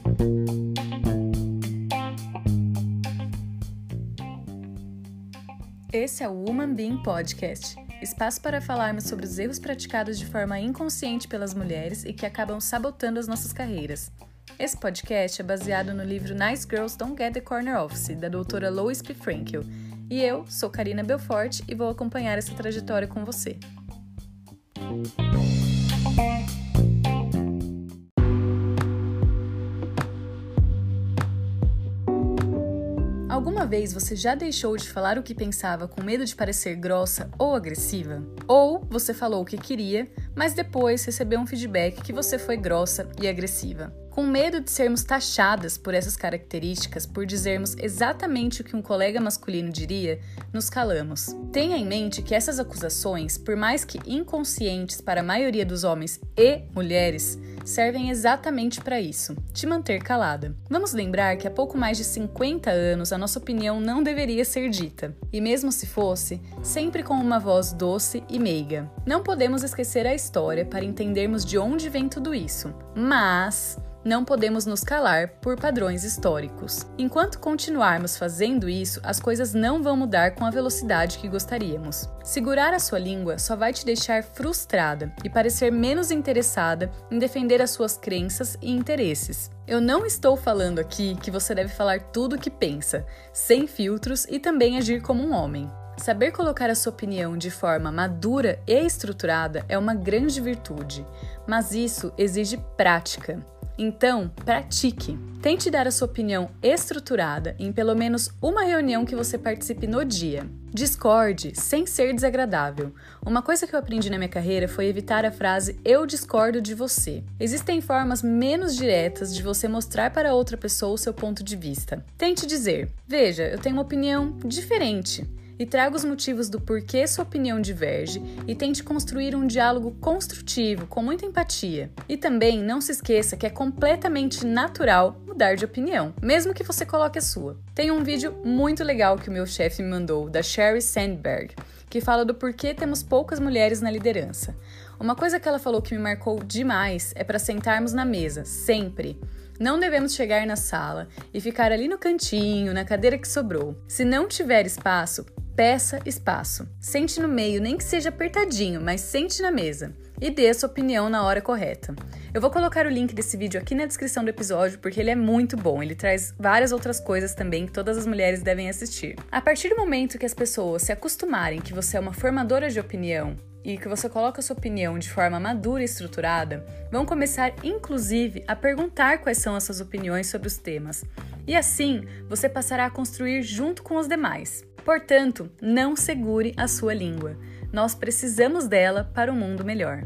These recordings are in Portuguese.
Esse é o Woman Being Podcast, espaço para falarmos sobre os erros praticados de forma inconsciente pelas mulheres e que acabam sabotando as nossas carreiras. Esse podcast é baseado no livro Nice Girls Don't Get the Corner Office, da doutora Lois P. Frankel. E eu sou Karina Belfort e vou acompanhar essa trajetória com você. Alguma vez você já deixou de falar o que pensava com medo de parecer grossa ou agressiva? Ou você falou o que queria, mas depois recebeu um feedback que você foi grossa e agressiva? Com medo de sermos taxadas por essas características, por dizermos exatamente o que um colega masculino diria, nos calamos. Tenha em mente que essas acusações, por mais que inconscientes para a maioria dos homens e mulheres, servem exatamente para isso, te manter calada. Vamos lembrar que há pouco mais de 50 anos a nossa opinião não deveria ser dita, e mesmo se fosse, sempre com uma voz doce e meiga. Não podemos esquecer a história para entendermos de onde vem tudo isso, mas não podemos nos calar por padrões históricos. Enquanto continuarmos fazendo isso, as coisas não vão mudar com a velocidade que gostaríamos. Segurar a sua língua só vai te deixar frustrada e parecer menos interessada em defender as suas crenças e interesses. Eu não estou falando aqui que você deve falar tudo o que pensa, sem filtros e também agir como um homem. Saber colocar a sua opinião de forma madura e estruturada é uma grande virtude, mas isso exige prática. Então, pratique. Tente dar a sua opinião estruturada em pelo menos uma reunião que você participe no dia. Discorde sem ser desagradável. Uma coisa que eu aprendi na minha carreira foi evitar a frase "eu discordo de você". Existem formas menos diretas de você mostrar para outra pessoa o seu ponto de vista. Tente dizer: "Veja, eu tenho uma opinião diferente". E traga os motivos do porquê sua opinião diverge e tente construir um diálogo construtivo, com muita empatia. E também não se esqueça que é completamente natural mudar de opinião, mesmo que você coloque a sua. Tem um vídeo muito legal que o meu chefe me mandou, da Sheryl Sandberg, que fala do porquê temos poucas mulheres na liderança. Uma coisa que ela falou que me marcou demais é para sentarmos na mesa, sempre. Não devemos chegar na sala e ficar ali no cantinho, na cadeira que sobrou. Se não tiver espaço, peça espaço. Sente no meio, nem que seja apertadinho, mas sente na mesa. E dê a sua opinião na hora correta. Eu vou colocar o link desse vídeo aqui na descrição do episódio, porque ele é muito bom. Ele traz várias outras coisas também que todas as mulheres devem assistir. A partir do momento que as pessoas se acostumarem que você é uma formadora de opinião, e que você coloca a sua opinião de forma madura e estruturada, vão começar, inclusive, a perguntar quais são as suas opiniões sobre os temas. E assim, você passará a construir junto com os demais. Portanto, não segure a sua língua. Nós precisamos dela para um mundo melhor.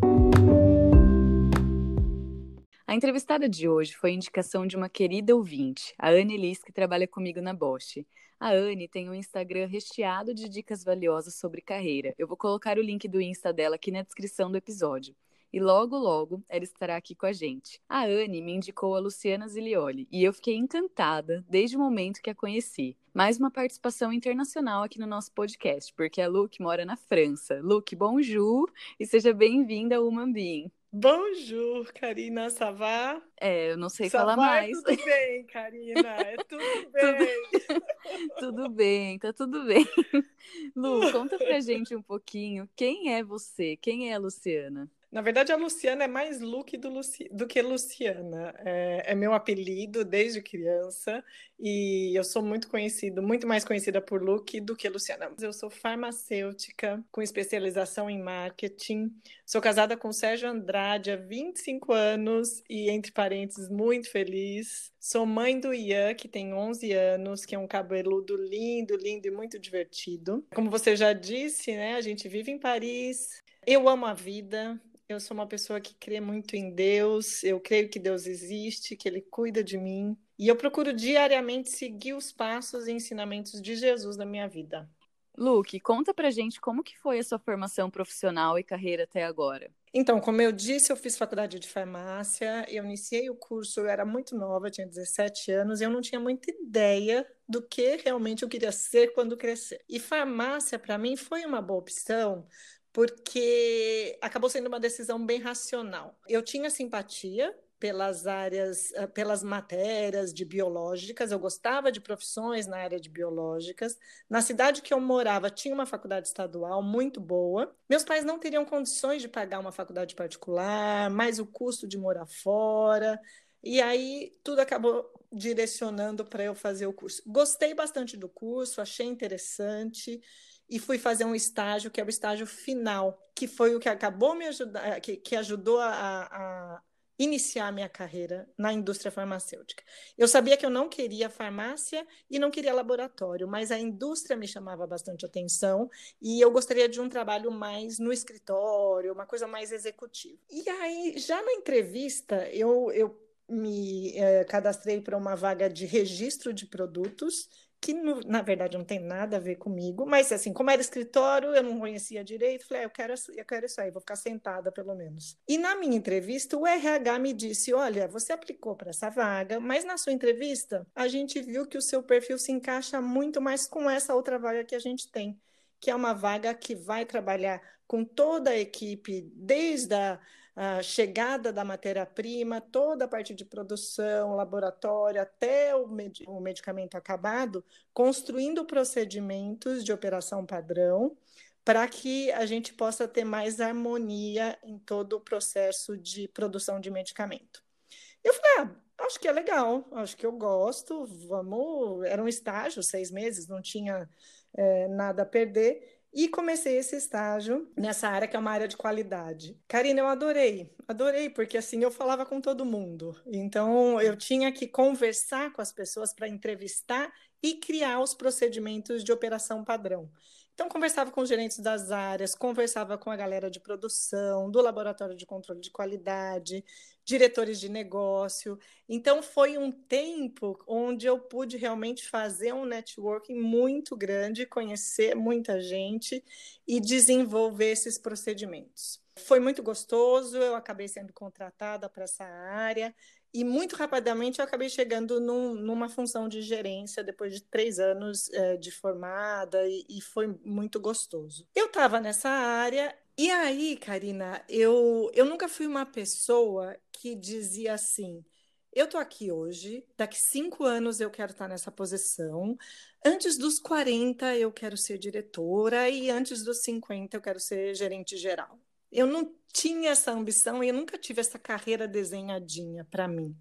A entrevistada de hoje foi indicação de uma querida ouvinte, a Anne Liz, que trabalha comigo na Bosch. A Anne tem um Instagram recheado de dicas valiosas sobre carreira. Eu vou colocar o link do Insta dela aqui na descrição do episódio. E logo, logo, ela estará aqui com a gente. A Anne me indicou a Luciana Zilioli e eu fiquei encantada desde o momento que a conheci. Mais uma participação internacional aqui no nosso podcast, porque a Luc mora na França. Luc, bonjour e seja bem-vinda ao Woman Being. Bonjour, Karina, ça va? Eu não sei Ça falar va, mais. tudo bem, Karina, é tudo bem. Tudo bem, tá tudo bem. Lu, conta pra gente um pouquinho, quem é você? Quem é a Luciana? Na verdade, a Luciana é mais Luc do que Luciana. É meu apelido desde criança e eu sou muito mais conhecida por Luc do que Luciana. Eu sou farmacêutica com especialização em marketing. Sou casada com Sérgio Andrade há 25 anos e, entre parênteses, muito feliz. Sou mãe do Ian, que tem 11 anos, que é um cabeludo lindo, lindo e muito divertido. Como você já disse, né, a gente vive em Paris. Eu amo a vida. Eu sou uma pessoa que crê muito em Deus, eu creio que Deus existe, que Ele cuida de mim. E eu procuro diariamente seguir os passos e ensinamentos de Jesus na minha vida. Luc, conta pra gente como que foi a sua formação profissional e carreira até agora. Então, como eu disse, eu fiz faculdade de farmácia, eu iniciei o curso, eu era muito nova, tinha 17 anos, e eu não tinha muita ideia do que realmente eu queria ser quando crescer. E farmácia, para mim, foi uma boa opção, porque acabou sendo uma decisão bem racional. Eu tinha simpatia pelas áreas, pelas matérias de biológicas, eu gostava de profissões na área de biológicas. Na cidade que eu morava tinha uma faculdade estadual muito boa. Meus pais não teriam condições de pagar uma faculdade particular, mais o custo de morar fora. E aí tudo acabou direcionando para eu fazer o curso. Gostei bastante do curso, achei interessante e fui fazer um estágio, que é o estágio final, que foi o que acabou me ajudar, que ajudou a iniciar a minha carreira na indústria farmacêutica. Eu sabia que eu não queria farmácia e não queria laboratório, mas a indústria me chamava bastante atenção e eu gostaria de um trabalho mais no escritório, uma coisa mais executiva. E aí, já na entrevista, eu me cadastrei para uma vaga de registro de produtos, que na verdade não tem nada a ver comigo, mas assim, como era escritório, eu não conhecia direito, falei, eu quero isso aí, vou ficar sentada pelo menos. E na minha entrevista, o RH me disse, olha, você aplicou para essa vaga, mas na sua entrevista, a gente viu que o seu perfil se encaixa muito mais com essa outra vaga que a gente tem, que é uma vaga que vai trabalhar com toda a equipe, desde a chegada da matéria-prima, toda a parte de produção, laboratório, até o medicamento acabado, construindo procedimentos de operação padrão para que a gente possa ter mais harmonia em todo o processo de produção de medicamento. Eu falei, acho que é legal, acho que eu gosto, vamos... Era um estágio, 6 meses, não tinha nada a perder. E comecei esse estágio nessa área que é uma área de qualidade. Karina, eu adorei, porque assim eu falava com todo mundo. Então eu tinha que conversar com as pessoas para entrevistar e criar os procedimentos de operação padrão. Então, conversava com os gerentes das áreas, conversava com a galera de produção, do laboratório de controle de qualidade, diretores de negócio. Então, foi um tempo onde eu pude realmente fazer um networking muito grande, conhecer muita gente e desenvolver esses procedimentos. Foi muito gostoso, eu acabei sendo contratada para essa área e muito rapidamente eu acabei chegando numa função de gerência depois de 3 anos de formada e foi muito gostoso. Eu estava nessa área e aí, Karina, eu nunca fui uma pessoa que dizia assim, eu estou aqui hoje, daqui 5 anos eu quero estar nessa posição, antes dos 40 eu quero ser diretora e antes dos 50 eu quero ser gerente geral. Eu não tinha essa ambição e eu nunca tive essa carreira desenhadinha para mim.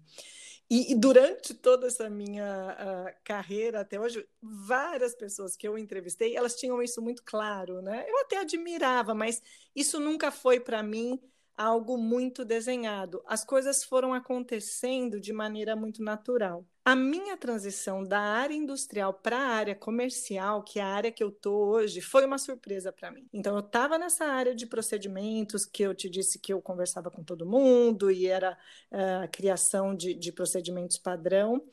E durante toda essa minha carreira até hoje, várias pessoas que eu entrevistei, elas tinham isso muito claro, né? Eu até admirava, mas isso nunca foi para mim algo muito desenhado. As coisas foram acontecendo de maneira muito natural. A minha transição da área industrial para a área comercial, que é a área que eu estou hoje, foi uma surpresa para mim. Então, eu estava nessa área de procedimentos, que eu te disse que eu conversava com todo mundo, e era a criação de procedimentos padrão.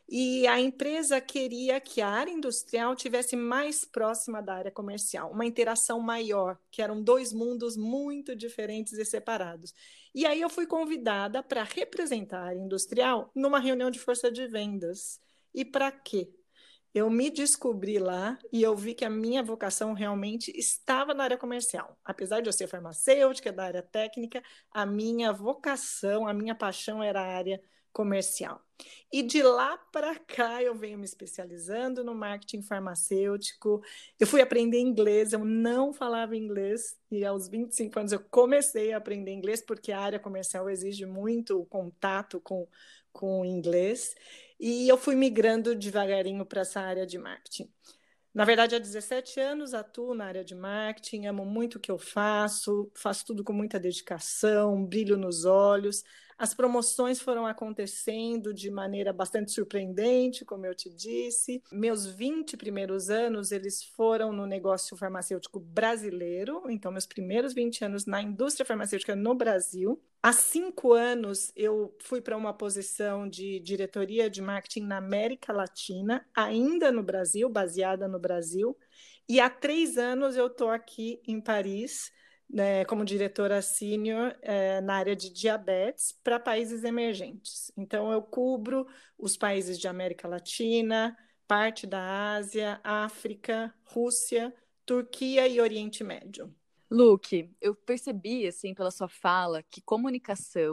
E a empresa queria que a área industrial tivesse mais próxima da área comercial, uma interação maior, que eram 2 mundos muito diferentes e separados. E aí eu fui convidada para representar a área industrial numa reunião de força de vendas. E para quê? Eu me descobri lá e eu vi que a minha vocação realmente estava na área comercial. Apesar de eu ser farmacêutica, da área técnica, a minha vocação, a minha paixão era a área comercial. E de lá para cá eu venho me especializando no marketing farmacêutico. Eu fui aprender inglês, eu não falava inglês e aos 25 anos eu comecei a aprender inglês porque a área comercial exige muito o contato com o inglês. E eu fui migrando devagarinho para essa área de marketing. Na verdade, há 17 anos atuo na área de marketing, amo muito o que eu faço tudo com muita dedicação, brilho nos olhos. As promoções foram acontecendo de maneira bastante surpreendente, como eu te disse. Meus 20 primeiros anos, eles foram no negócio farmacêutico brasileiro, então meus primeiros 20 anos na indústria farmacêutica no Brasil. Há 5 anos, eu fui para uma posição de diretoria de marketing na América Latina, ainda no Brasil, baseada no Brasil. E há 3 anos eu estou aqui em Paris, né, como diretora sênior na área de diabetes para países emergentes. Então, eu cubro os países de América Latina, parte da Ásia, África, Rússia, Turquia e Oriente Médio. Luke, eu percebi, assim, pela sua fala, que comunicação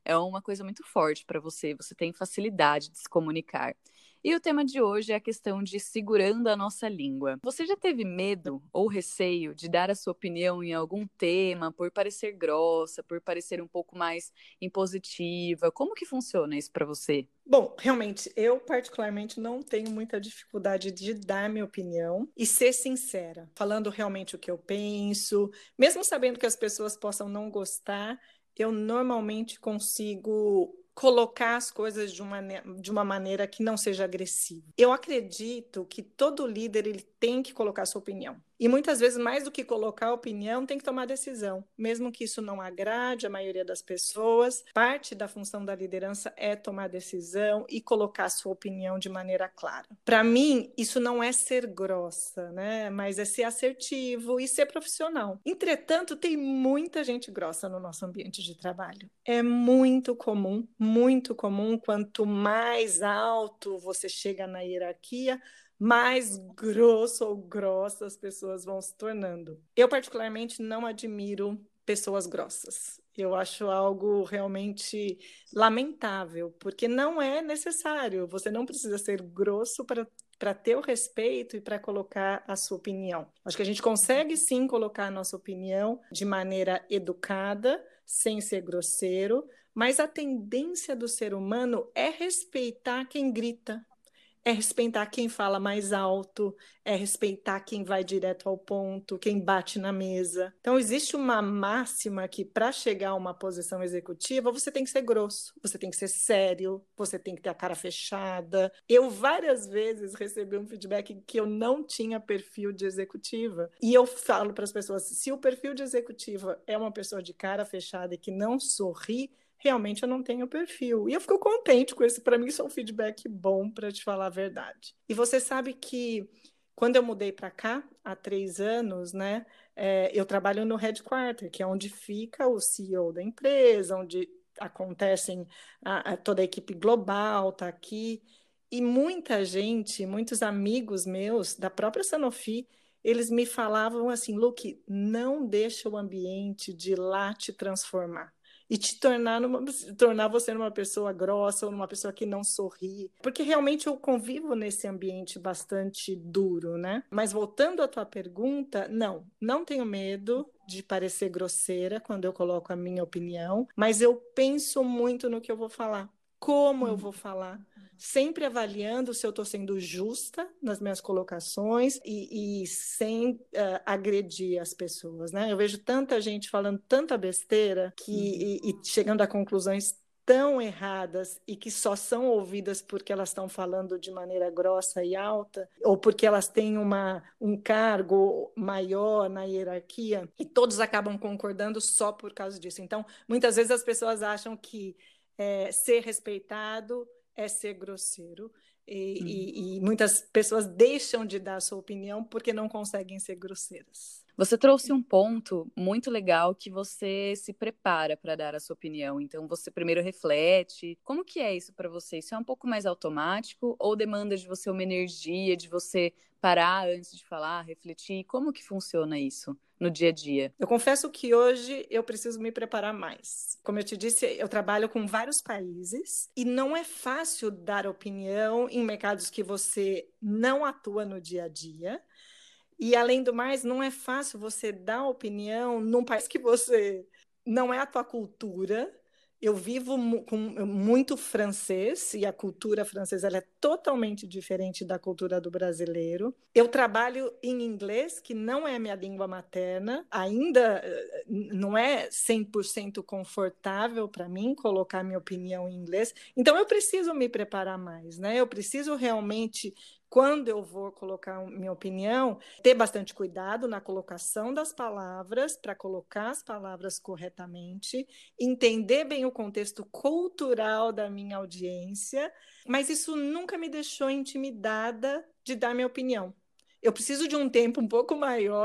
é uma coisa muito forte para você, você tem facilidade de se comunicar. E o tema de hoje é a questão de segurando a nossa língua. Você já teve medo ou receio de dar a sua opinião em algum tema por parecer grossa, por parecer um pouco mais impositiva? Como que funciona isso para você? Bom, realmente, eu particularmente não tenho muita dificuldade de dar minha opinião e ser sincera, falando realmente o que eu penso, mesmo sabendo que as pessoas possam não gostar, eu normalmente consigo colocar as coisas de uma maneira que não seja agressiva. Eu acredito que todo líder ele tem que colocar sua opinião. E muitas vezes, mais do que colocar a opinião, tem que tomar decisão. Mesmo que isso não agrade a maioria das pessoas, parte da função da liderança é tomar decisão e colocar a sua opinião de maneira clara. Para mim, isso não é ser grossa, né? Mas é ser assertivo e ser profissional. Entretanto, tem muita gente grossa no nosso ambiente de trabalho. É muito comum, muito comum. Quanto mais alto você chega na hierarquia, mais grosso ou grossa as pessoas vão se tornando. Eu, particularmente, não admiro pessoas grossas. Eu acho algo realmente lamentável, porque não é necessário. Você não precisa ser grosso para ter o respeito e para colocar a sua opinião. Acho que a gente consegue sim colocar a nossa opinião de maneira educada, sem ser grosseiro, mas a tendência do ser humano é respeitar quem grita. É respeitar quem fala mais alto, é respeitar quem vai direto ao ponto, quem bate na mesa. Então, existe uma máxima que, para chegar a uma posição executiva, você tem que ser grosso, você tem que ser sério, você tem que ter a cara fechada. Eu, várias vezes, recebi um feedback que eu não tinha perfil de executiva. E eu falo para as pessoas, se o perfil de executiva é uma pessoa de cara fechada e que não sorri, realmente eu não tenho perfil. E eu fico contente com esse. Para mim, isso é um feedback bom, para te falar a verdade. E você sabe que quando eu mudei para cá, há 3 anos, né, eu trabalho no headquarter, que é onde fica o CEO da empresa, onde acontecem toda a equipe global, está aqui. E muita gente, muitos amigos meus da própria Sanofi, eles me falavam assim, Luke, não deixa o ambiente de lá te transformar e te tornar você numa pessoa grossa ou numa pessoa que não sorri. Porque realmente eu convivo nesse ambiente bastante duro, né? Mas voltando à tua pergunta, não tenho medo de parecer grosseira quando eu coloco a minha opinião, mas eu penso muito no que eu vou falar. Como eu vou falar? Sempre avaliando se eu estou sendo justa nas minhas colocações e sem agredir as pessoas, né? Eu vejo tanta gente falando tanta besteira e chegando a conclusões tão erradas e que só são ouvidas porque elas estão falando de maneira grossa e alta, ou porque elas têm um cargo maior na hierarquia, e todos acabam concordando só por causa disso. Então, muitas vezes as pessoas acham que ser respeitado é ser grosseiro. E muitas pessoas deixam de dar a sua opinião porque não conseguem ser grosseiras. Você trouxe um ponto muito legal que você se prepara para dar a sua opinião. Então, você primeiro reflete. Como que é isso para você? Isso é um pouco mais automático ou demanda de você uma energia, de você parar antes de falar, refletir? Como que funciona isso no dia a dia? Eu confesso que hoje eu preciso me preparar mais. Como eu te disse, eu trabalho com vários países e não é fácil dar opinião em mercados que você não atua no dia a dia. E, além do mais, não é fácil você dar opinião num país que você não é a tua cultura. Eu vivo com muito francês e a cultura francesa ela é totalmente diferente da cultura do brasileiro. Eu trabalho em inglês, que não é a minha língua materna. Ainda não é 100% confortável para mim colocar minha opinião em inglês. Então, eu preciso me preparar mais, né? Eu preciso realmente, quando eu vou colocar minha opinião, ter bastante cuidado na colocação das palavras, para colocar as palavras corretamente, entender bem o contexto cultural da minha audiência, mas isso nunca me deixou intimidada de dar minha opinião. Eu preciso de um tempo um pouco maior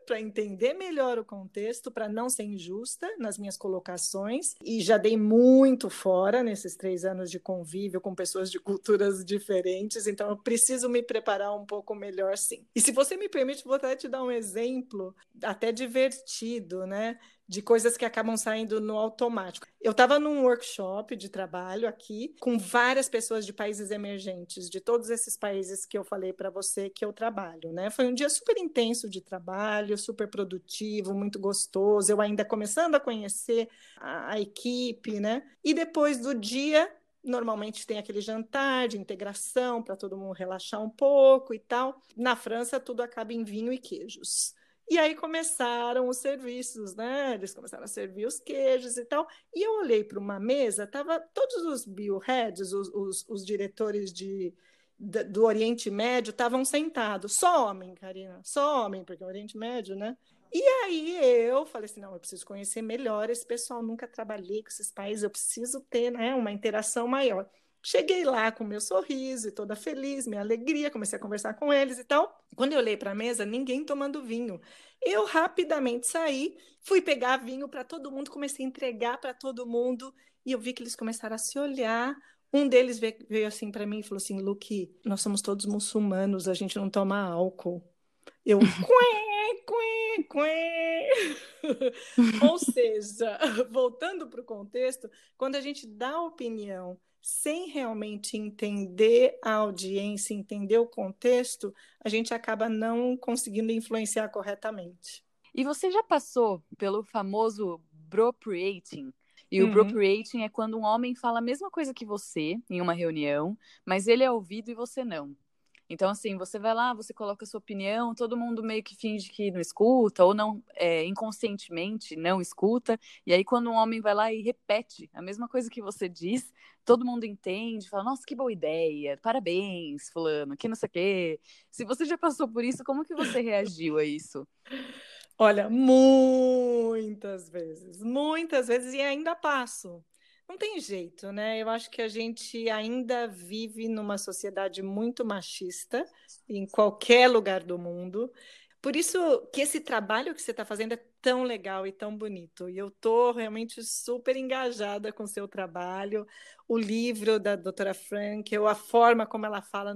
para entender melhor o contexto, para não ser injusta nas minhas colocações. E já dei muito fora nesses 3 anos de convívio com pessoas de culturas diferentes, então eu preciso me preparar um pouco melhor, sim. E se você me permite, vou até te dar um exemplo, até divertido, né? De coisas que acabam saindo no automático. Eu estava num workshop de trabalho aqui com várias pessoas de países emergentes, de todos esses países que eu falei para você que eu trabalho, né? Foi um dia super intenso de trabalho, super produtivo, muito gostoso. Eu ainda começando a conhecer a equipe, né? E depois do dia, normalmente tem aquele jantar de integração para todo mundo relaxar um pouco e tal. Na França, tudo acaba em vinho e queijos. E aí começaram os serviços, né? Eles começaram a servir os queijos e tal. E eu olhei para uma mesa, tava todos os bioheads, os diretores do Oriente Médio estavam sentados. Só homem, Karina, só homem, porque é o Oriente Médio, né? E aí eu falei assim, não, eu preciso conhecer melhor esse pessoal, nunca trabalhei com esses países, eu preciso ter, né, uma interação maior. Cheguei lá com meu sorriso e toda feliz, minha alegria, comecei a conversar com eles e tal. Quando eu olhei para a mesa, ninguém tomando vinho. Eu rapidamente saí, fui pegar vinho para todo mundo, comecei a entregar para todo mundo e eu vi que eles começaram a se olhar. Um deles veio assim para mim e falou assim, Luque, nós somos todos muçulmanos, a gente não toma álcool. Eu, quê, quê, quê. Ou seja, voltando para o contexto, quando a gente dá opinião sem realmente entender a audiência, entender o contexto, a gente acaba não conseguindo influenciar corretamente. E você já passou pelo famoso bropriating? E o Uhum. bropriating é quando um homem fala a mesma coisa que você em uma reunião, mas ele é ouvido e você não. Então, assim, você vai lá, você coloca a sua opinião, todo mundo meio que finge que não escuta, ou não, inconscientemente não escuta, e aí quando um homem vai lá e repete a mesma coisa que você diz, todo mundo entende, fala, nossa, que boa ideia, parabéns, fulano, que não sei o quê. Se você já passou por isso, como que você reagiu a isso? Olha, muitas vezes e ainda passo. Não tem jeito, né? Eu acho que a gente ainda vive numa sociedade muito machista em qualquer lugar do mundo. Por isso que esse trabalho que você está fazendo é tão legal e tão bonito. E eu estou realmente super engajada com o seu trabalho. O livro da doutora Frankel, a forma como ela fala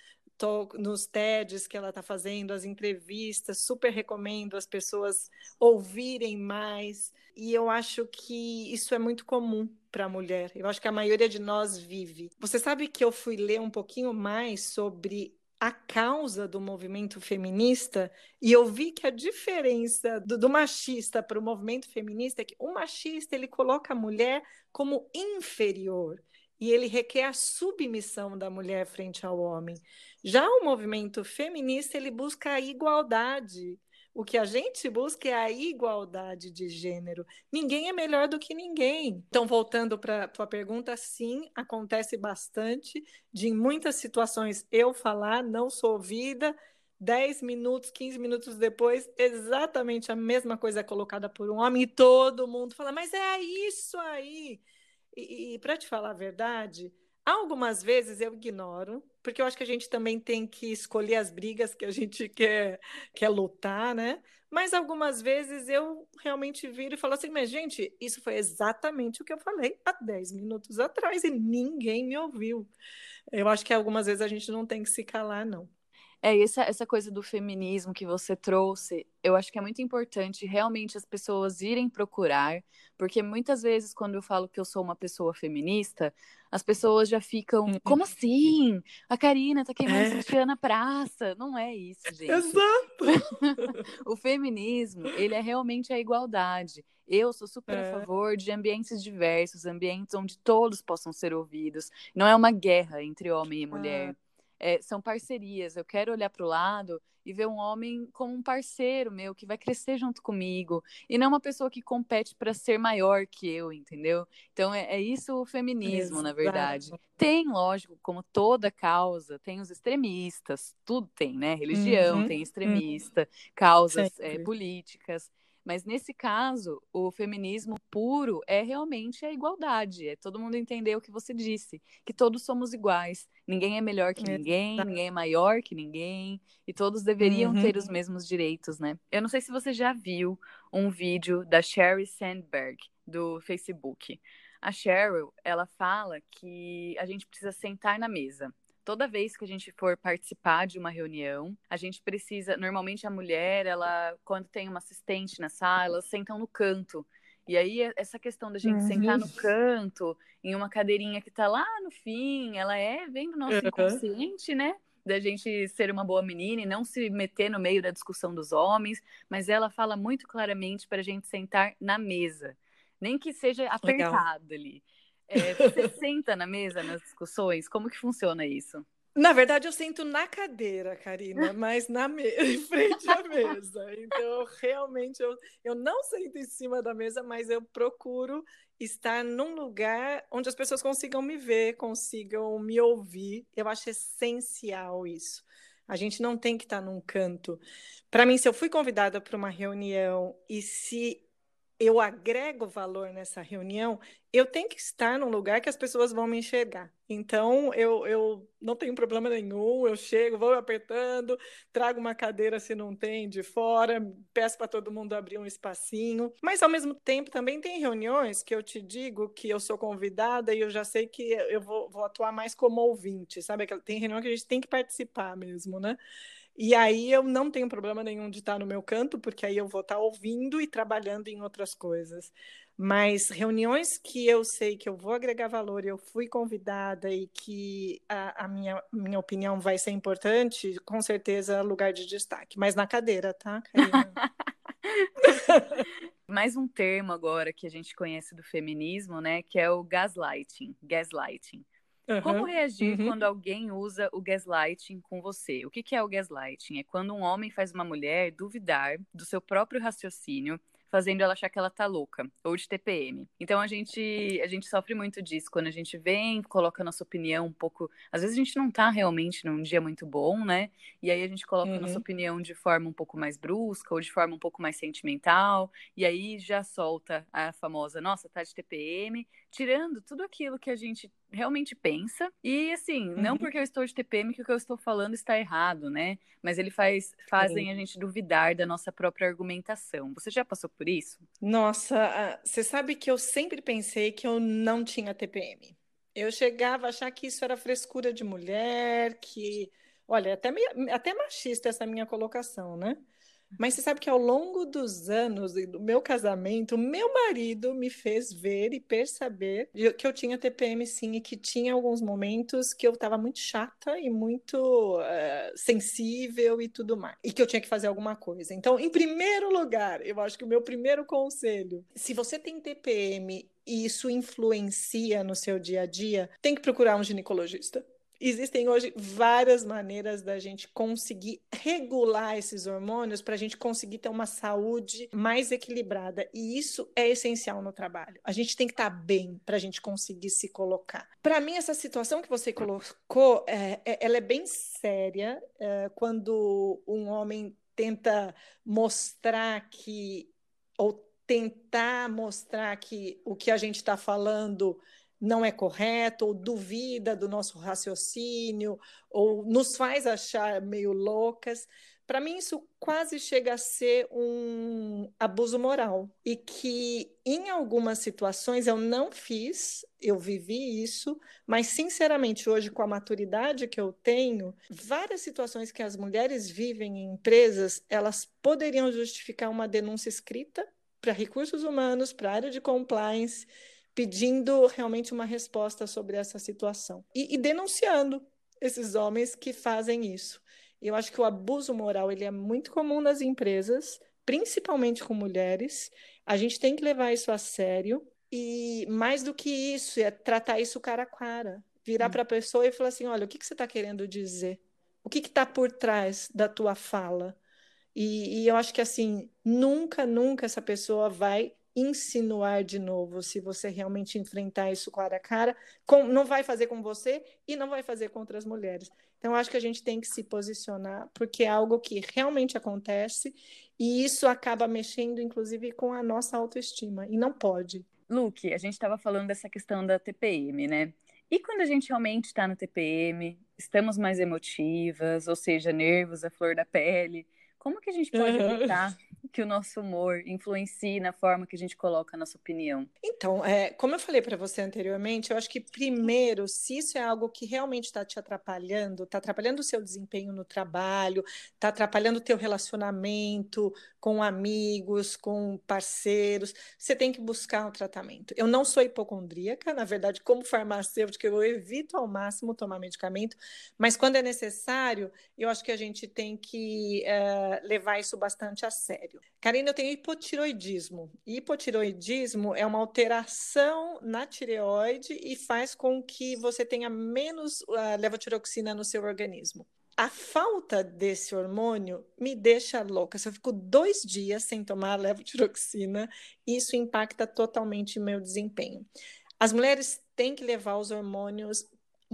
nos TEDs que ela está fazendo, as entrevistas, super recomendo as pessoas ouvirem mais. E eu acho que isso é muito comum para a mulher. Eu acho que a maioria de nós vive. Você sabe que eu fui ler um pouquinho mais sobre a causa do movimento feminista e eu vi que a diferença do machista para o movimento feminista é que o machista ele coloca a mulher como inferior e ele requer a submissão da mulher frente ao homem. Já o movimento feminista, ele busca a igualdade. O que a gente busca é a igualdade de gênero. Ninguém é melhor do que ninguém. Então, voltando para a tua pergunta, sim, acontece bastante de em muitas situações eu falar, não sou ouvida, 10 minutos, 15 minutos depois, exatamente a mesma coisa é colocada por um homem e todo mundo fala, mas é isso aí. E para te falar a verdade, algumas vezes eu ignoro, porque eu acho que a gente também tem que escolher as brigas que a gente quer lutar, né? Mas algumas vezes eu realmente viro e falo assim, mas gente, isso foi exatamente o que eu falei há 10 minutos atrás e ninguém me ouviu. Eu acho que algumas vezes a gente não tem que se calar, não. Essa coisa do feminismo que você trouxe, eu acho que é muito importante realmente as pessoas irem procurar, porque muitas vezes, quando eu falo que eu sou uma pessoa feminista, as pessoas já ficam, como assim? A Karina tá queimando sutiã na praça. Não é isso, gente. Exato! O feminismo, ele é realmente a igualdade. Eu sou super a favor de ambientes diversos, ambientes onde todos possam ser ouvidos. Não é uma guerra entre homem e mulher. São parcerias. Eu quero olhar para o lado e ver um homem como um parceiro meu que vai crescer junto comigo e não uma pessoa que compete para ser maior que eu, entendeu? Então é isso o feminismo, na verdade. Exato. Tem, lógico, como toda causa, tem os extremistas, tudo tem, né? Religião Uhum, tem uhum, extremista, causas sempre. políticas. Mas nesse caso, o feminismo puro é realmente a igualdade, é todo mundo entender o que você disse, que todos somos iguais, ninguém é melhor que ninguém, ninguém é maior que ninguém, e todos deveriam ter os mesmos direitos, né? Eu não sei se você já viu um vídeo da Sheryl Sandberg, do Facebook. A Sheryl, ela fala que a gente precisa sentar na mesa. Toda vez que a gente for participar de uma reunião, a gente precisa. Normalmente a mulher, ela, quando tem uma assistente na sala, elas sentam no canto. E aí, essa questão da gente sentar no canto, em uma cadeirinha que tá lá no fim, vem do nosso inconsciente, né? Da gente ser uma boa menina e não se meter no meio da discussão dos homens, mas ela fala muito claramente para a gente sentar na mesa, nem que seja apertado ali. Você senta na mesa nas discussões? Como que funciona isso? Na verdade, eu sento na cadeira, Karina, mas em frente à mesa. Então, realmente, eu não sento em cima da mesa, mas eu procuro estar num lugar onde as pessoas consigam me ver, consigam me ouvir. Eu acho essencial isso. A gente não tem que estar num canto. Para mim, se eu fui convidada para uma reunião e se eu agrego valor nessa reunião, eu tenho que estar num lugar que as pessoas vão me enxergar. Então, eu não tenho problema nenhum, eu chego, vou apertando, trago uma cadeira se não tem de fora, peço para todo mundo abrir um espacinho. Mas, ao mesmo tempo, também tem reuniões que eu te digo que eu sou convidada e eu já sei que eu vou atuar mais como ouvinte, sabe? Tem reunião que a gente tem que participar mesmo, né? E aí eu não tenho problema nenhum de estar no meu canto, porque aí eu vou estar ouvindo e trabalhando em outras coisas. Mas reuniões que eu sei que eu vou agregar valor, eu fui convidada e que a minha opinião vai ser importante, com certeza lugar de destaque. Mas na cadeira, tá, Karina? Mais um termo agora que a gente conhece do feminismo, né, que é o gaslighting. Gaslighting. Como reagir quando alguém usa o gaslighting com você? O que é o gaslighting? É quando um homem faz uma mulher duvidar do seu próprio raciocínio, fazendo ela achar que ela tá louca, ou de TPM. Então a gente sofre muito disso, quando a gente vem, coloca a nossa opinião um pouco. Às vezes a gente não tá realmente num dia muito bom, né? E aí a gente coloca a nossa opinião de forma um pouco mais brusca, ou de forma um pouco mais sentimental, e aí já solta a famosa, nossa, tá de TPM, tirando tudo aquilo que a gente realmente pensa. E assim, não porque eu estou de TPM que o que eu estou falando está errado, né? Mas fazem a gente duvidar da nossa própria argumentação. Você já passou por isso? Nossa, você sabe que eu sempre pensei que eu não tinha TPM. Eu chegava a achar que isso era frescura de mulher, que, olha, até machista essa minha colocação, né? Mas você sabe que ao longo dos anos e do meu casamento, meu marido me fez ver e perceber que eu tinha TPM sim, e que tinha alguns momentos que eu estava muito chata e muito sensível e tudo mais, e que eu tinha que fazer alguma coisa. Então, em primeiro lugar, eu acho que o meu primeiro conselho, se você tem TPM e isso influencia no seu dia a dia, tem que procurar um ginecologista. Existem hoje várias maneiras da gente conseguir regular esses hormônios para a gente conseguir ter uma saúde mais equilibrada. E isso é essencial no trabalho. A gente tem que estar bem para a gente conseguir se colocar. Para mim, essa situação que você colocou, ela é bem séria quando um homem tenta mostrar ou tentar mostrar que o que a gente está falando não é correto, ou duvida do nosso raciocínio, ou nos faz achar meio loucas. Para mim, isso quase chega a ser um abuso moral. E que, em algumas situações, eu não fiz, eu vivi isso, mas, sinceramente, hoje, com a maturidade que eu tenho, várias situações que as mulheres vivem em empresas, elas poderiam justificar uma denúncia escrita para recursos humanos, para a área de compliance, pedindo realmente uma resposta sobre essa situação e denunciando esses homens que fazem isso. Eu acho que o abuso moral ele é muito comum nas empresas, principalmente com mulheres. A gente tem que levar isso a sério e, mais do que isso, é tratar isso cara a cara. Virar para a pessoa e falar assim, olha, o que você está querendo dizer? O que está por trás da tua fala? E eu acho que, assim, nunca essa pessoa vai insinuar de novo se você realmente enfrentar isso cara a cara. Não vai fazer com você e não vai fazer com outras mulheres. Então, acho que a gente tem que se posicionar, porque é algo que realmente acontece e isso acaba mexendo, inclusive, com a nossa autoestima. E não pode. Luke, a gente estava falando dessa questão da TPM, né? E quando a gente realmente está no TPM, estamos mais emotivas, ou seja, nervos à flor da pele, como que a gente pode evitar que o nosso humor influencie na forma que a gente coloca a nossa opinião? Então, como eu falei para você anteriormente, eu acho que primeiro, se isso é algo que realmente está te atrapalhando, está atrapalhando o seu desempenho no trabalho, está atrapalhando o teu relacionamento com amigos, com parceiros, você tem que buscar um tratamento. Eu não sou hipocondríaca, na verdade, como farmacêutica, eu evito ao máximo tomar medicamento, mas quando é necessário, eu acho que a gente tem que levar isso bastante a sério. Karina, eu tenho hipotiroidismo. Hipotiroidismo é uma alteração na tireoide e faz com que você tenha menos levotiroxina no seu organismo. A falta desse hormônio me deixa louca. Se eu fico 2 dias sem tomar levotiroxina, isso impacta totalmente o meu desempenho. As mulheres têm que levar os hormônios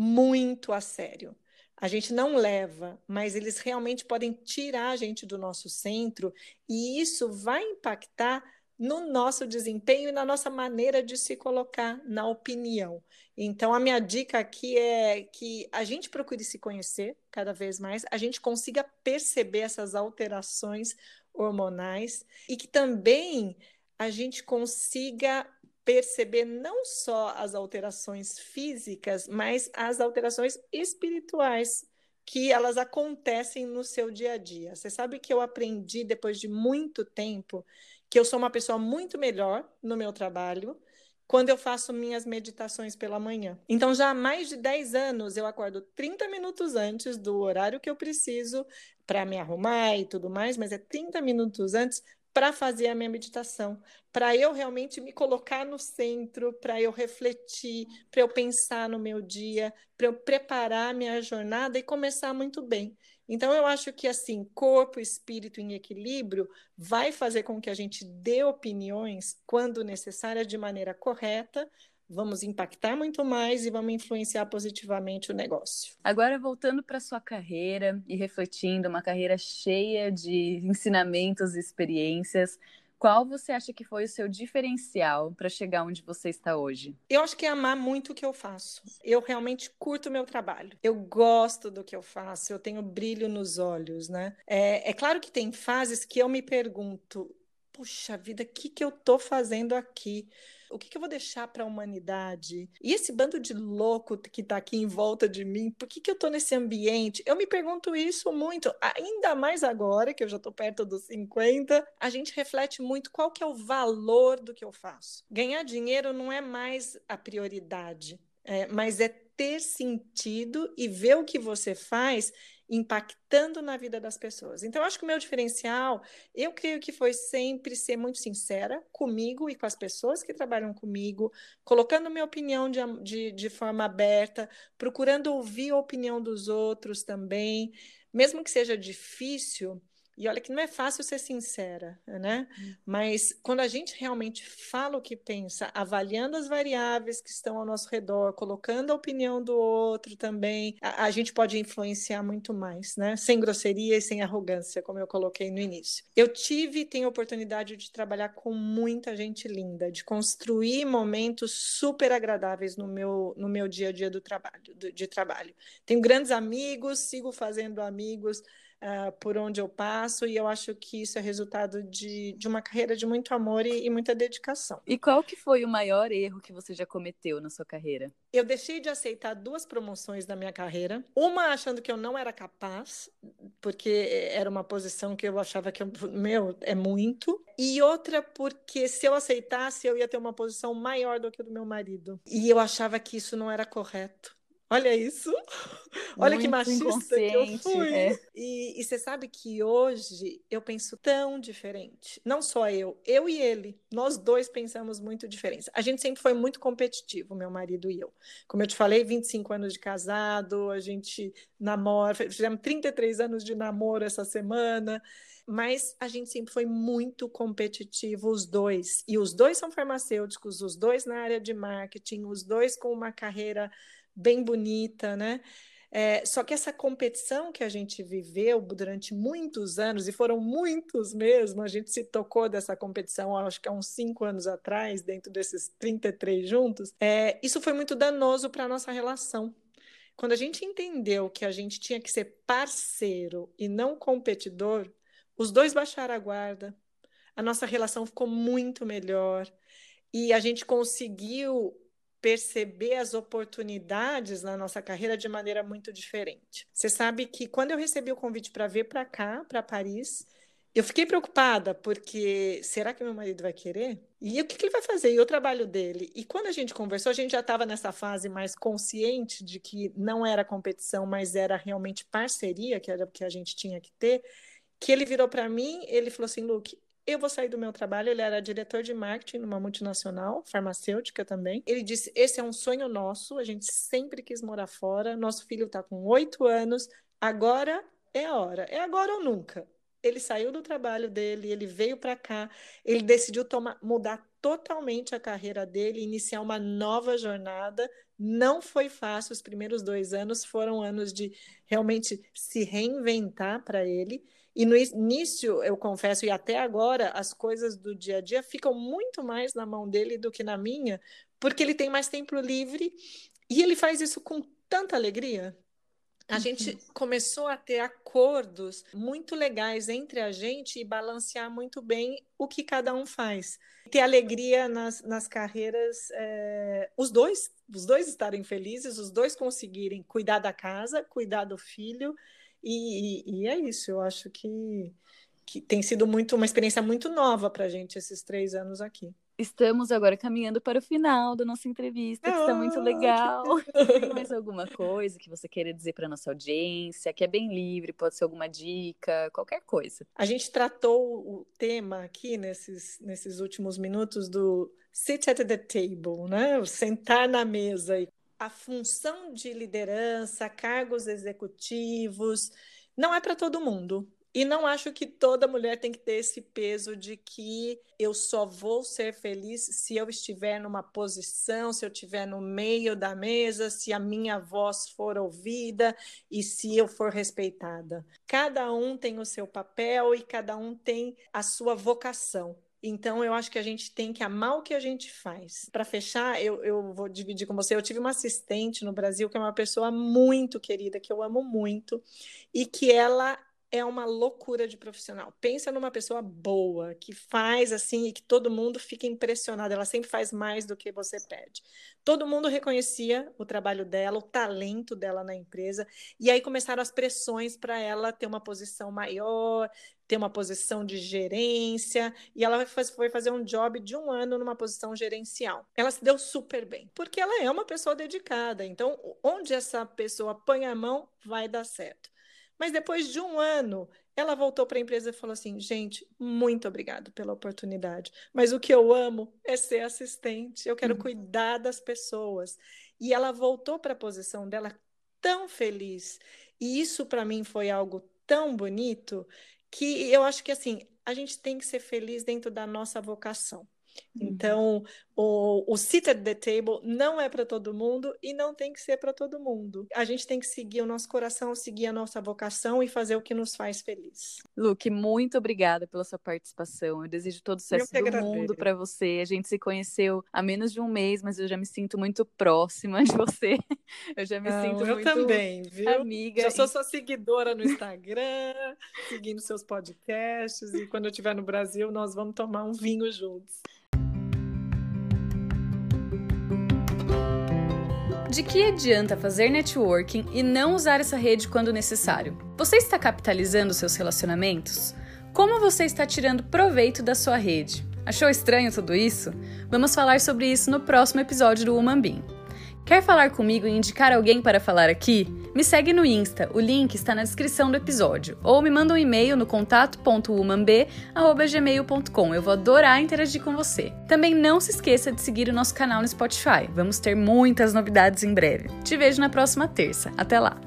muito a sério. A gente não leva, mas eles realmente podem tirar a gente do nosso centro e isso vai impactar no nosso desempenho e na nossa maneira de se colocar na opinião. Então, a minha dica aqui é que a gente procure se conhecer cada vez mais, a gente consiga perceber essas alterações hormonais e que também a gente consiga perceber não só as alterações físicas, mas as alterações espirituais que elas acontecem no seu dia a dia. Você sabe que eu aprendi depois de muito tempo que eu sou uma pessoa muito melhor no meu trabalho quando eu faço minhas meditações pela manhã. Então, já há mais de 10 anos, eu acordo 30 minutos antes do horário que eu preciso para me arrumar e tudo mais, mas é 30 minutos antes para fazer a minha meditação, para eu realmente me colocar no centro, para eu refletir, para eu pensar no meu dia, para eu preparar a minha jornada e começar muito bem. Então, eu acho que, assim, corpo e espírito em equilíbrio vai fazer com que a gente dê opiniões, quando necessária, de maneira correta, vamos impactar muito mais e vamos influenciar positivamente o negócio. Agora, voltando para sua carreira e refletindo, uma carreira cheia de ensinamentos e experiências, qual você acha que foi o seu diferencial para chegar onde você está hoje? Eu acho que é amar muito o que eu faço. Eu realmente curto o meu trabalho. Eu gosto do que eu faço, eu tenho brilho nos olhos, né? É claro que tem fases que eu me pergunto, puxa vida, o que eu estou fazendo aqui? O que eu vou deixar para a humanidade? E esse bando de louco que está aqui em volta de mim, por que eu estou nesse ambiente? Eu me pergunto isso muito, ainda mais agora, que eu já estou perto dos 50, a gente reflete muito qual que é o valor do que eu faço. Ganhar dinheiro não é mais a prioridade, mas é ter sentido e ver o que você faz impactando na vida das pessoas. Então, eu acho que o meu diferencial, eu creio que foi sempre ser muito sincera comigo e com as pessoas que trabalham comigo, colocando minha opinião de forma aberta, procurando ouvir a opinião dos outros também, mesmo que seja difícil. E olha que não é fácil ser sincera, né? Mas quando a gente realmente fala o que pensa, avaliando as variáveis que estão ao nosso redor, colocando a opinião do outro também, a gente pode influenciar muito mais, né? Sem grosseria e sem arrogância, como eu coloquei no início. Eu tive e tenho a oportunidade de trabalhar com muita gente linda, de construir momentos super agradáveis no meu dia a dia de trabalho. Tenho grandes amigos, sigo fazendo amigos por onde eu passo, e eu acho que isso é resultado de uma carreira de muito amor e muita dedicação. E qual que foi o maior erro que você já cometeu na sua carreira? Eu deixei de aceitar 2 promoções na minha carreira, uma achando que eu não era capaz, porque era uma posição que eu achava que, é muito, e outra porque se eu aceitasse, eu ia ter uma posição maior do que a do meu marido. E eu achava que isso não era correto. Olha isso. Olha que Muito machista que eu inconsciente, fui. é. E você sabe que hoje eu penso tão diferente. Não só eu e ele. Nós dois pensamos muito diferente. A gente sempre foi muito competitivo, meu marido e eu. Como eu te falei, 25 anos de casado, a gente namora, fizemos 33 anos de namoro essa semana. Mas a gente sempre foi muito competitivo, os dois. E os dois são farmacêuticos, os dois na área de marketing, os dois com uma carreira bem bonita, né? Só que essa competição que a gente viveu durante muitos anos, e foram muitos mesmo, a gente se tocou dessa competição, acho que há uns 5 anos atrás, dentro desses 33 juntos, isso foi muito danoso para a nossa relação. Quando a gente entendeu que a gente tinha que ser parceiro e não competidor, os dois baixaram a guarda, a nossa relação ficou muito melhor e a gente conseguiu perceber as oportunidades na nossa carreira de maneira muito diferente. Você sabe que quando eu recebi o convite para vir para cá, para Paris, eu fiquei preocupada, porque será que meu marido vai querer? E o que ele vai fazer? E o trabalho dele? E quando a gente conversou, a gente já estava nessa fase mais consciente de que não era competição, mas era realmente parceria, que era o que a gente tinha que ter, que ele virou para mim, ele falou assim, Luke, eu vou sair do meu trabalho. Ele era diretor de marketing numa multinacional, farmacêutica também. Ele disse, esse é um sonho nosso, a gente sempre quis morar fora, nosso filho está com 8 anos, agora é a hora, é agora ou nunca. Ele saiu do trabalho dele, ele veio para cá, ele decidiu mudar totalmente a carreira dele, iniciar uma nova jornada. Não foi fácil, os primeiros 2 anos foram anos de realmente se reinventar para ele. E no início, eu confesso, e até agora, as coisas do dia a dia ficam muito mais na mão dele do que na minha, porque ele tem mais tempo livre e ele faz isso com tanta alegria. A gente começou a ter acordos muito legais entre a gente e balancear muito bem o que cada um faz. Ter alegria nas carreiras, os dois estarem felizes, os dois conseguirem cuidar da casa, cuidar do filho, e é isso. Eu acho que tem sido uma experiência muito nova para a gente esses 3 anos aqui. Estamos agora caminhando para o final da nossa entrevista, que está muito legal. Tem mais alguma coisa que você queira dizer para a nossa audiência, que é bem livre, pode ser alguma dica, qualquer coisa. A gente tratou o tema aqui nesses últimos minutos do sit at the table, né? O sentar na mesa. A função de liderança, cargos executivos, não é para todo mundo. E não acho que toda mulher tem que ter esse peso de que eu só vou ser feliz se eu estiver numa posição, se eu estiver no meio da mesa, se a minha voz for ouvida e se eu for respeitada. Cada um tem o seu papel e cada um tem a sua vocação. Então, eu acho que a gente tem que amar o que a gente faz. Para fechar, eu vou dividir com você. Eu tive uma assistente no Brasil que é uma pessoa muito querida, que eu amo muito, e que ela é uma loucura de profissional. Pensa numa pessoa boa, que faz assim e que todo mundo fica impressionado. Ela sempre faz mais do que você pede. Todo mundo reconhecia o trabalho dela, o talento dela na empresa, e aí começaram as pressões para ela ter uma posição maior, ter uma posição de gerência, e ela foi fazer um job de 1 ano numa posição gerencial. Ela se deu super bem, porque ela é uma pessoa dedicada. Então, onde essa pessoa põe a mão, vai dar certo. Mas depois de 1 ano, ela voltou para a empresa e falou assim, gente, muito obrigada pela oportunidade, mas o que eu amo é ser assistente, eu quero cuidar das pessoas. E ela voltou para a posição dela tão feliz. E isso para mim foi algo tão bonito que eu acho que assim, a gente tem que ser feliz dentro da nossa vocação. Então, o sit at the table não é para todo mundo e não tem que ser para todo mundo. A gente tem que seguir o nosso coração, seguir a nossa vocação e fazer o que nos faz feliz. Luke, muito obrigada pela sua participação. Eu desejo todo o sucesso do mundo para você. A gente se conheceu há menos de 1 mês, mas eu já me sinto muito próxima de você. Eu já me sinto muito também, viu? amiga. Já sou sua seguidora no Instagram, seguindo seus podcasts, e quando eu estiver no Brasil, nós vamos tomar um vinho juntos. De que adianta fazer networking e não usar essa rede quando necessário? Você está capitalizando seus relacionamentos? Como você está tirando proveito da sua rede? Achou estranho tudo isso? Vamos falar sobre isso no próximo episódio do Woman Bean. Quer falar comigo e indicar alguém para falar aqui? Me segue no Insta, o link está na descrição do episódio. Ou me manda um e-mail no contato.womanb@gmail.com. Eu vou adorar interagir com você. Também não se esqueça de seguir o nosso canal no Spotify. Vamos ter muitas novidades em breve. Te vejo na próxima terça. Até lá!